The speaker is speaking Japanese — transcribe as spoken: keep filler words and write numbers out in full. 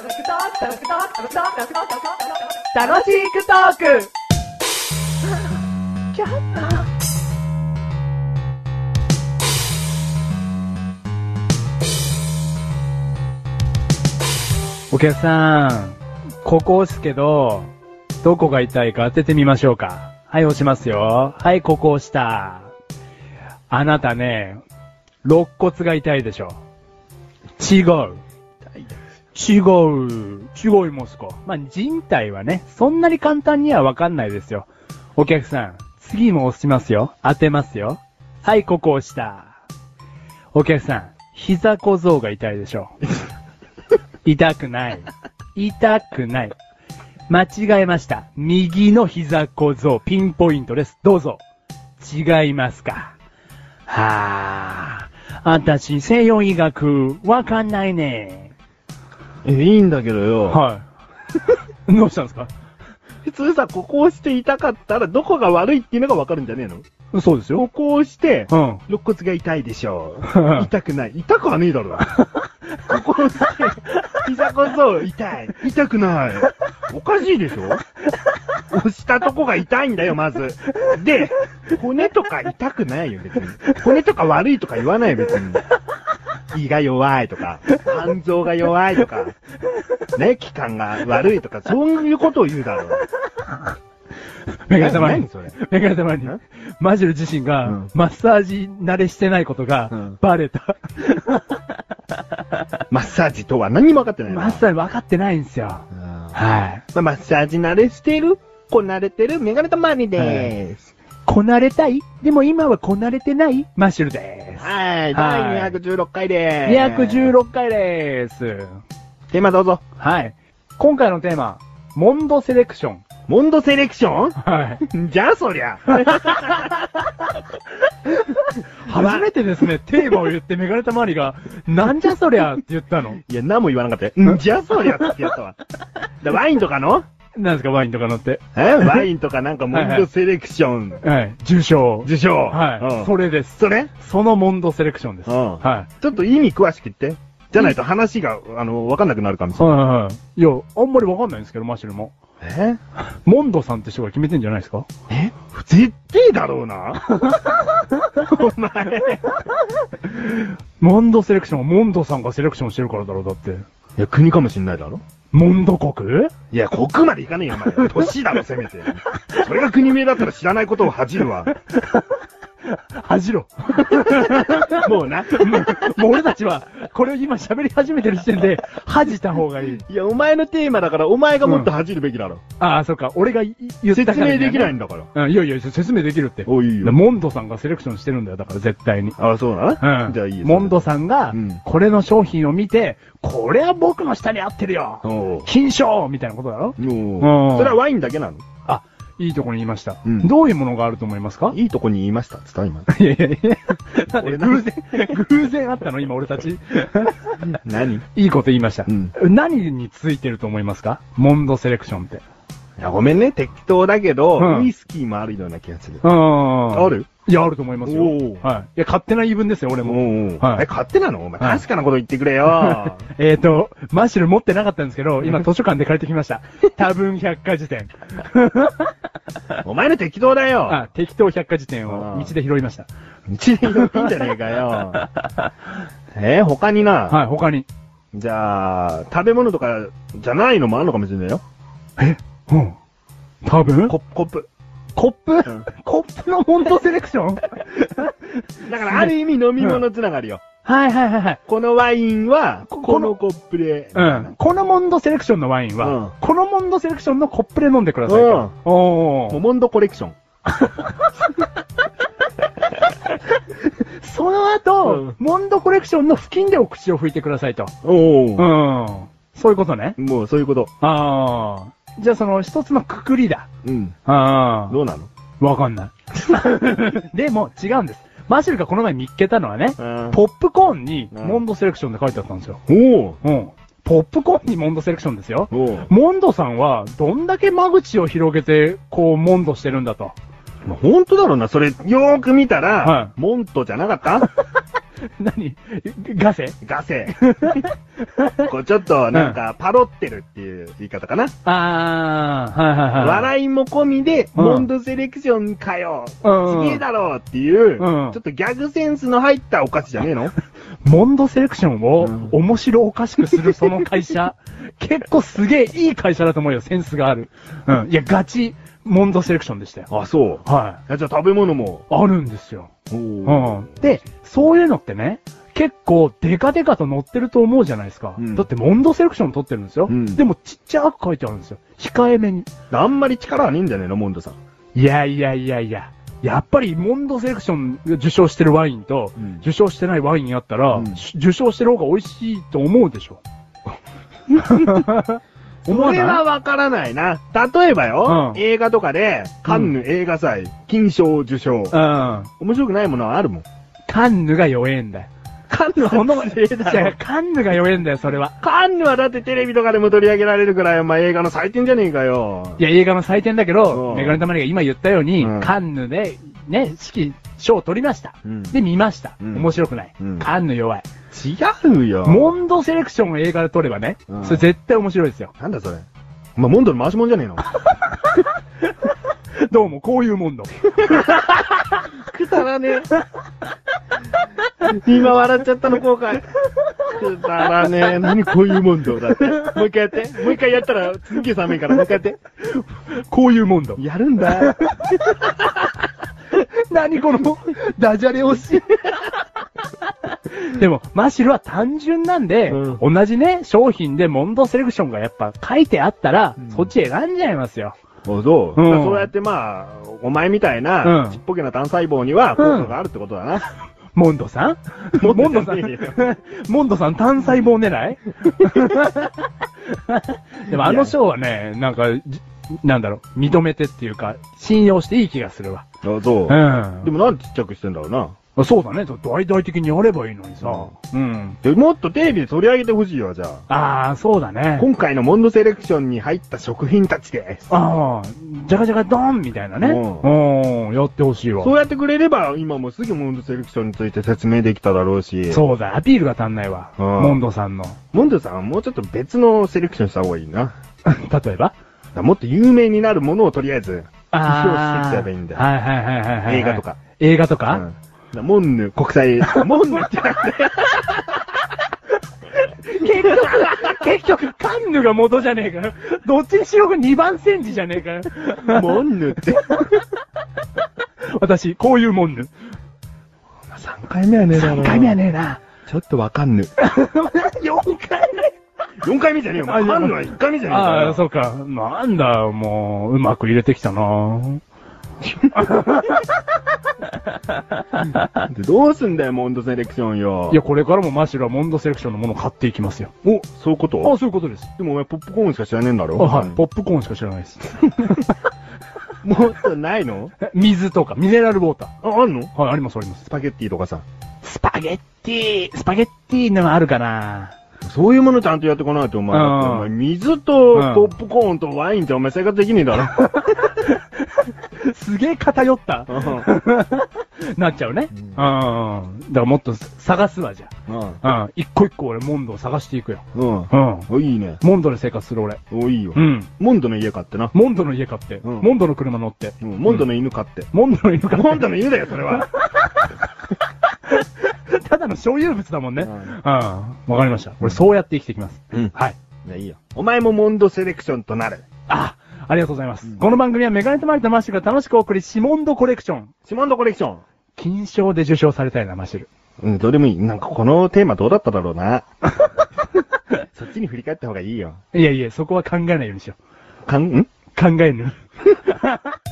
楽しくトークお客さん、ここ押すけど、どこが痛いか当ててみましょうか。はい、押しますよ。はい、ここ押した。あなたね、肋骨が痛いでしょ。違う。違う。違いますか。まあ、人体はね、そんなに簡単にはわかんないですよ。お客さん、次も押しますよ。当てますよ。はい、ここ押した。お客さん、膝小僧が痛いでしょ。痛くない。痛くない。間違えました。右の膝小僧、ピンポイントです。どうぞ。違いますか。はぁ、あたし西洋医学、わかんないね。 え、いいんだけどよ。 はい。どうしたんですか？ 普通さ、ここ押して痛かったらどこが悪いっていうのがわかるんじゃねえの？ そうですよ。 ここ押して、 うん。 肋骨が痛いでしょう。痛くない。痛くはねえだろ。ここ押して、膝こそ痛い。痛くない。おかしいでしょ？押したとこが痛いんだよ、まず。で、骨とか痛くないよ、別に。骨とか悪いとか言わないよ、別に。胃が弱いとか、肝臓が弱いとか、ね、気管が悪いとか、そういうことを言うだろう。 メガネ玉に何それ、 メガネ玉に、マジル自身が、マッサージ慣れしてないことが、バレた。 マッサージとは何にも分かってない。 マッサージ分かってないんですよ。はい。 マッサージ慣れしてる、こ慣れてるメガネ玉にでーす。 こなれたい？でも今はこなれてないマッシュルでーす。 はい。だいにひゃくじゅうろっかいでーす。 にひゃくじゅうろっかいでーす。 テーマどうぞ。 はい。今回のテーマ、モンドセレクション。 モンドセレクション？ はい。 じゃあそりゃ。 初めてですね、テーマを言ってメガネたまりが、なんじゃそりゃって言ったの。 いや、何も言わなかったよ。んじゃあそりゃってやったわ。ワインとかの？ なんですか、ワインとかのって。 えワインとかなんかモンドセレクション。 はい。受賞。 受賞。 はい。うん、それです。 それ？ そのモンドセレクションです。 うん。 はい。 ちょっと意味詳しく言って。じゃないと話が、あの、わかんなくなるかもしれない。 はいはいはい。いや、あんまりわかんないんですけど、マシュルも。 えモンドさんって人が決めてんじゃないですか？ え絶対だろうな。お前。 モンドセレクションはモンドさんがセレクションしてるからだろう、だって。いや、国かもしんないだろ？ モンド国？ いや、国まで行かねえよ、お前。都市だろ、せめて。それが国名だったら知らないことを恥じるわ。 恥じろ。 もうな。 もう俺たちは、これを今喋り始めてる時点で、恥じた方がいい。 いや、お前のテーマだから、お前がもっと恥じるべきだろ。 うん、ああ、そうか。俺が言ったから、ね。 説明できないんだから。 うん、いやいや、説明できるって。 おいいよ。 モンドさんがセレクションしてるんだよ、だから絶対に。 ああ、そうなの？ うん。 じゃあいいよ。 モンドさんが、これの商品を見て、これは僕の下に合ってるよ。金賞みたいなことだろ？ うん。それはワインだけなの？ あ、いいとこに言いました。うん、どういうものがあると思いますか？ いいとこに言いましたつった今。 いやいやいや。俺偶然、偶然あったの今俺たち。 何？ いいこと言いました。うん、何についてると思いますか？モンドセレクションって。 いや、ごめんね。適当だけど、うん、ウイスキーもあるような気がする。 うん。 ある？ いや、あると思いますよ。はい。いや、勝手な言い分ですよ、俺も。 はい。え、勝手なの？お前、確かなこと言ってくれよ。 えっと、マッシュル持ってなかったんですけど、今図書館で借りてきました。多分百科事典。 お前の適当だよ。 あ、適当百科事典を道で拾いました。 道で拾ってんじゃねえかよ。えー、他にな。 はい、他に。 じゃあ、食べ物とかじゃないのもあるのかもしれないよ。 え？うん。多分？ コップ。 コップ、うん、コップのモンドセレクションだからある意味飲み物つながるよ。 うん、はいはいはいはい。 このワインは、このコップで。 うん。このモンドセレクションのワインは、うん、このモンドセレクションのコップで飲んでくださいと。うん、 おー。モンドコレクション。 その後、うん、モンドコレクションの付近でお口を拭いてくださいと。 おー。 うん。そういうことね。 もうそういうこと。 ああ。じゃあその一つのくくりだ。 うん。 ああ。 どうなの？ わかんない。でも違うんです。マシュルがこの前見っけたのはね、ポップコーンにモンドセレクションで書いてあったんですよ。 おお。 うん。ポップコーンにモンドセレクションですよ。モンドさんはどんだけ間口を広げて、こう、モンドしてるんだと。 まあ、本当だろうな。それ、よーく見たら、はい、モントじゃなかった何ガセガセ。こうちょっとなんかパロってるっていう言い方かな。 あー、はいはいはい。 笑いも込みで、 うんモンドセレクションかよ。 うんちげえだろっていう、 うんちょっとギャグセンスの入ったお菓子じゃねえの？ モンドセレクションをうん面白おかしくするその会社、結構すげえいい会社だと思うよ、センスがある。うん。いや、ガチ、モンドセレクションでしたよ。 あ、そう。 はじゃあ食べ物も。 い。あるんですよ。 おうーん。で、そういうのってね、結構デカデカと載ってると思うじゃないですか。 うんだってモンドセレクション取ってるんですよ。 うんでもちっちゃく書いてあるんですよ。控えめに。 あんまり力はねえんじゃねえの、モンドさん。 いやいやいやいや。やっぱりモンドセレクション受賞してるワインと、 うん受賞してないワインやったら、 うん受賞してる方が美味しいと思うでしょ。思わないそれはわからないな。例えばよ、 うん映画とかで、カンヌ映画祭、金賞受賞。 うん。 面白くないものはあるもん。 カンヌが弱えんだよ。 カンヌその、 は失礼だじゃあろ。 カンヌが弱えんだよ、それは。 カンヌはだってテレビとかでも取り上げられるくらい、お前映画の祭典じゃねえかよ。 いや、映画の祭典だけど、 うんメガネたまりが今言ったように、 うんカンヌで、ね、式、賞を取りました。 うんで、見ました。 うん面白くない。 うんカンヌ弱い。 違うよ。 モンドセレクションを映画で撮ればね、 うんそれ絶対面白いですよ。 なんだそれ。お前モンドの回しもんじゃねえの。 どうも、こういうモンド。 くだらねえ。今笑っちゃったの後悔。くだらねえ。何こういうモンドだって。もう一回やって。もう一回やったら、すっげえ寒いからもう一回やって。 こういうモンド。 やるんだ。 何この、ダジャレ推し。でも、マシルは単純なんで、 う同じね、商品でモンドセレクションがやっぱ書いてあったら、 うんそっち選んじゃいますよ。 おそう。 うんだからそうやってまあ、お前みたいな、 うんちっぽけな単細胞には効果があるってことだな。 モンドさんモンドさんモンドじゃねえよモンドさん単細胞狙いでもあの賞はね、なんか、じなんだろう、認めてっていうか、信用していい気がするわ。 あそう。 うん。 でもなんでちっちゃくしてんだろうな。 そうだね。大々的にやればいいのにさ。うん。 でもっとテレビで取り上げてほしいよ、じゃあ。 ああ、そうだね。 今回のモンドセレクションに入った食品たちです。 ああ、じゃがじゃがドーンみたいなね。 うんうん、やってほしいわ。 そうやってくれれば、今もうすぐモンドセレクションについて説明できただろうし。 そうだ、アピールが足んないわ。 うんモンドさんの。 モンドさんはもうちょっと別のセレクションした方がいいな。 例えばもっと有名になるものをとりあえず、 あ批評していっちゃえばいいんだよ。 はいはいはいはいはい。 映画とか。 映画とか、 うんモンヌ国際、モンヌってなくて。 結局、結局、カンヌが元じゃねえかよ。どっちにしろにばん戦時じゃねえかよ。 モンヌって。 私、こういうもんぬ。 さんかいめはねえだろ。 さんかいめはねえな。 ちょっとわかんぬ。 よんかいめよんかいめじゃねえよ。わかんのはいっかいめじゃねえかああ、 よ。 そうか。なんだよ、もう、うまく入れてきたなでどうすんだよ、モンドセレクションよ。 いや、これからもマシュルはモンドセレクションのものを買っていきますよ。 お、そういうこあ、 とそういうことです。 でもお前ポップコーンしか知らねえんだろあ、はい。ポップコーンしか知らないです。 もっとないの水とか、ミネラルウォーター。 あ、あんのはい、あります、ありますス。パゲッティとかさ。 スパゲッティ、スパゲッティのはあるかなそういうものちゃんとやってこないと、お前。 うんお前水とうんポップコーンとワインってお前生活できねえだろ。 すげえ偏った。なっちゃうね。うん。だからもっと探すわ、じゃうん。 あ。うん。一個一個俺、モンドを探していくよ。 うん。 うん。 お、いいね。 モンドで生活する俺。 お、いいよう。ん。 モンドの家買ってな。 モンドの家買って、 うんモンドの車乗って、 うんモンドの犬飼って。 モンドの犬買って。 モンドの犬だよ、それは。 ただの所有物だもんね。 ううんん。わかりました。俺そうやって生きていきます。 うんはい。 いや、いいよ。お前もモンドセレクションとなる。 あ、ありがとうございます。 うんこの番組はメガネとマリとマッシュが楽しくお送り、シモンドコレクション。 シモンドコレクション。 金賞で受賞されたいな、マッシュル。 うん、どうでもいい。なんかこのテーマどうだっただろうな。そっちに振り返った方がいいよ。 いやいや、そこは考えないようにしよかん、んう。考えぬ。